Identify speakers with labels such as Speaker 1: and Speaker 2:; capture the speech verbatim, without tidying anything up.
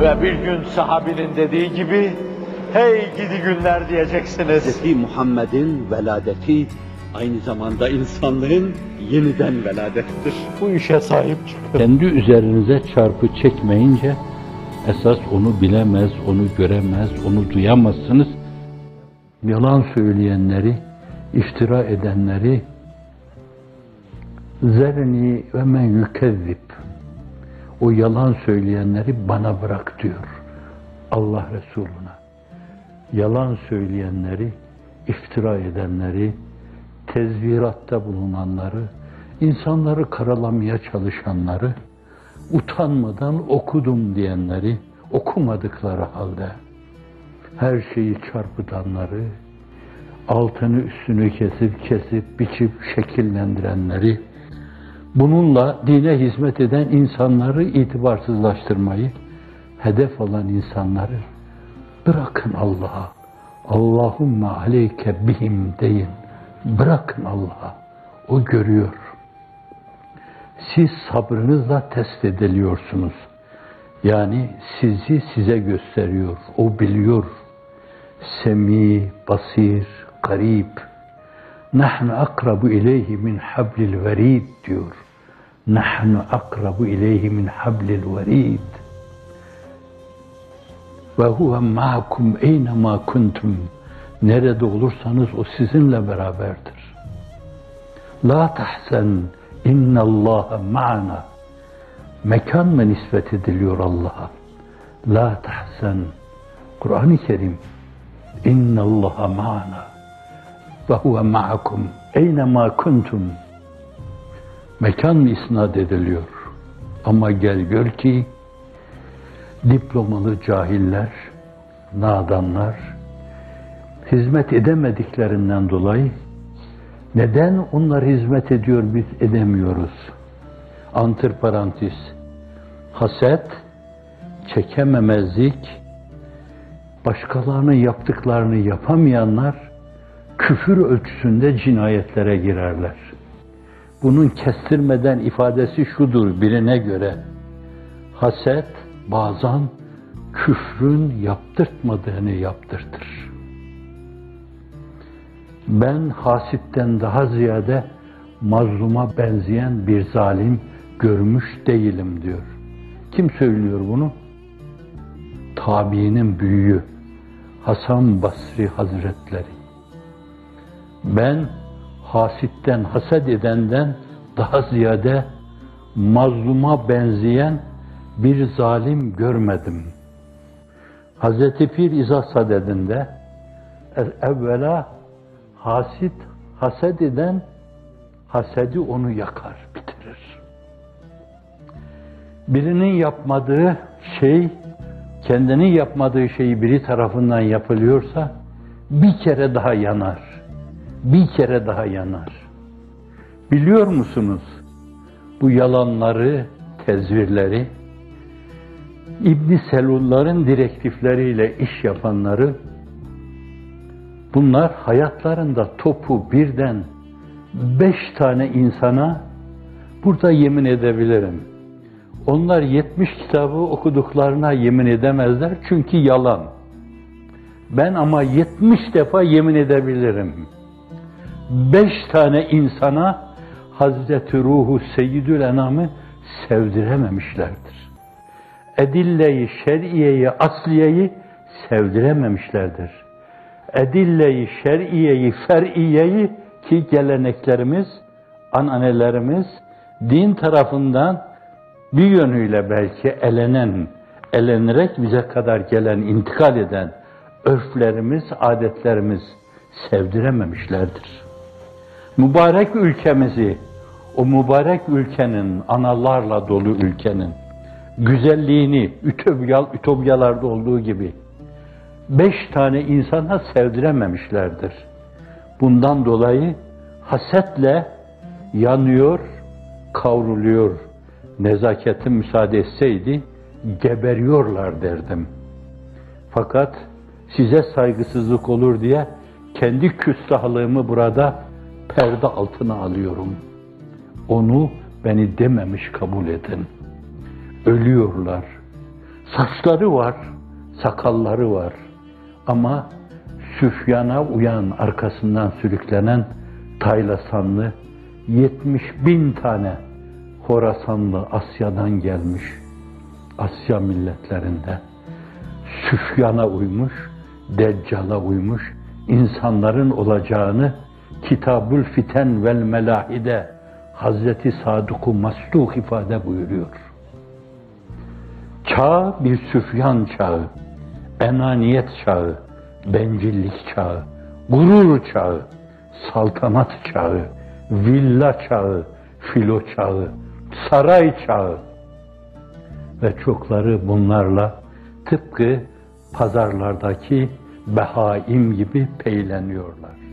Speaker 1: Ve bir gün sahabinin dediği gibi, hey gidi günler diyeceksiniz.
Speaker 2: Hazreti Muhammed'in veladeti aynı zamanda insanlığın yeniden veladettir.
Speaker 1: Bu işe sahip çıkın.
Speaker 3: Kendi üzerinize çarpı çekmeyince, esas onu bilemez, onu göremez, onu duyamazsınız. Yalan söyleyenleri, iftira edenleri, zerni ve men yükezzib, o yalan söyleyenleri bana bırak diyor Allah Resulü'ne. Yalan söyleyenleri, iftira edenleri, tezviratta bulunanları, insanları karalamaya çalışanları, utanmadan okudum diyenleri, okumadıkları halde her şeyi çarpıtanları, altını üstünü kesip kesip biçip şekillendirenleri, bununla dine hizmet eden insanları itibarsızlaştırmayı hedef alan insanları bırakın Allah'a. Allahümme aleyke bihim deyin. Bırakın Allah'a. O görüyor. Siz sabrınızla test ediliyorsunuz. Yani sizi size gösteriyor. O biliyor. Semi, basir, garib. Nahnu akrabu ileyhi min hablil verid diyor. Nahnu akrabu ileyhi min hablil verid. Ve huve ma'akum eynema kuntum. Nerede olursanız o sizinle beraberdir. La tahsen innallâhe ma'ana. Mekan mı nispet ediliyor Allah'a? La tahsen. Kur'an-ı Kerim. İnnallâhe ma'ana. Ve huve ma'akum eynema kuntum. Mekan mı isnat ediliyor? Ama gel gör ki diplomalı cahiller, nadanlar hizmet edemediklerinden dolayı neden onlar hizmet ediyor biz edemiyoruz? Antiparantez, haset, çekememezlik, başkalarının yaptıklarını yapamayanlar küfür ölçüsünde cinayetlere girerler. Bunun kestirmeden ifadesi şudur birine göre: haset bazen küfrün yaptırtmadığını yaptırtır. Ben hasitten daha ziyade mazluma benzeyen bir zalim görmüş değilim diyor. Kim söylüyor bunu? Tabiinin büyüğü Hasan Basri Hazretleri. Ben hasitten, haset edenden daha ziyade mazluma benzeyen bir zalim görmedim. Hazreti Pir İzah Sadedinde evvela hasit, haset eden hasedi onu yakar, bitirir. Birinin yapmadığı şey, kendinin yapmadığı şeyi biri tarafından yapılıyorsa bir kere daha yanar. Bir kere daha yanar. Biliyor musunuz? Bu yalanları, tezvirleri, İbn Selulların direktifleriyle iş yapanları, bunlar hayatlarında topu birden beş tane insana burada yemin edebilirim. Onlar yetmiş kitabı okuduklarına yemin edemezler çünkü yalan. Ben ama yetmiş defa yemin edebilirim. Beş tane insana Hazreti Ruhu Seyyidül Enam'ı sevdirememişlerdir. Edille-i şer'iyeyi, asliyeyi sevdirememişlerdir. Edille-i şer'iyeyi, fer'iyeyi ki geleneklerimiz, ananelerimiz, din tarafından bir yönüyle belki elenen, elenerek bize kadar gelen, intikal eden örflerimiz, adetlerimiz sevdirememişlerdir. Mübarek ülkemizi, o mübarek ülkenin, analarla dolu ülkenin güzelliğini, ütopyal, ütopyalarda olduğu gibi beş tane insana sevdirememişlerdir. Bundan dolayı hasetle yanıyor, kavruluyor. Nezaketim müsaade etseydi geberiyorlar derdim. Fakat size saygısızlık olur diye kendi küstahlığımı burada perde altına alıyorum. Onu beni dememiş kabul edin. Ölüyorlar. Saçları var, sakalları var. Ama Süfyan'a uyan, arkasından sürüklenen Taylasanlı yetmiş bin tane Horasanlı Asya'dan gelmiş, Asya milletlerinde. Süfyan'a uymuş, Deccal'a uymuş, insanların olacağını Kitabül Fiten vel Melahide Hazreti Sadık-ı Masduh ifade buyuruyor. Çağ bir Süfyan çağı, enaniyet çağı, bencillik çağı, gurur çağı, saltanat çağı, villa çağı, filo çağı, saray çağı ve çokları bunlarla tıpkı pazarlardaki behaim gibi peyleniyorlar.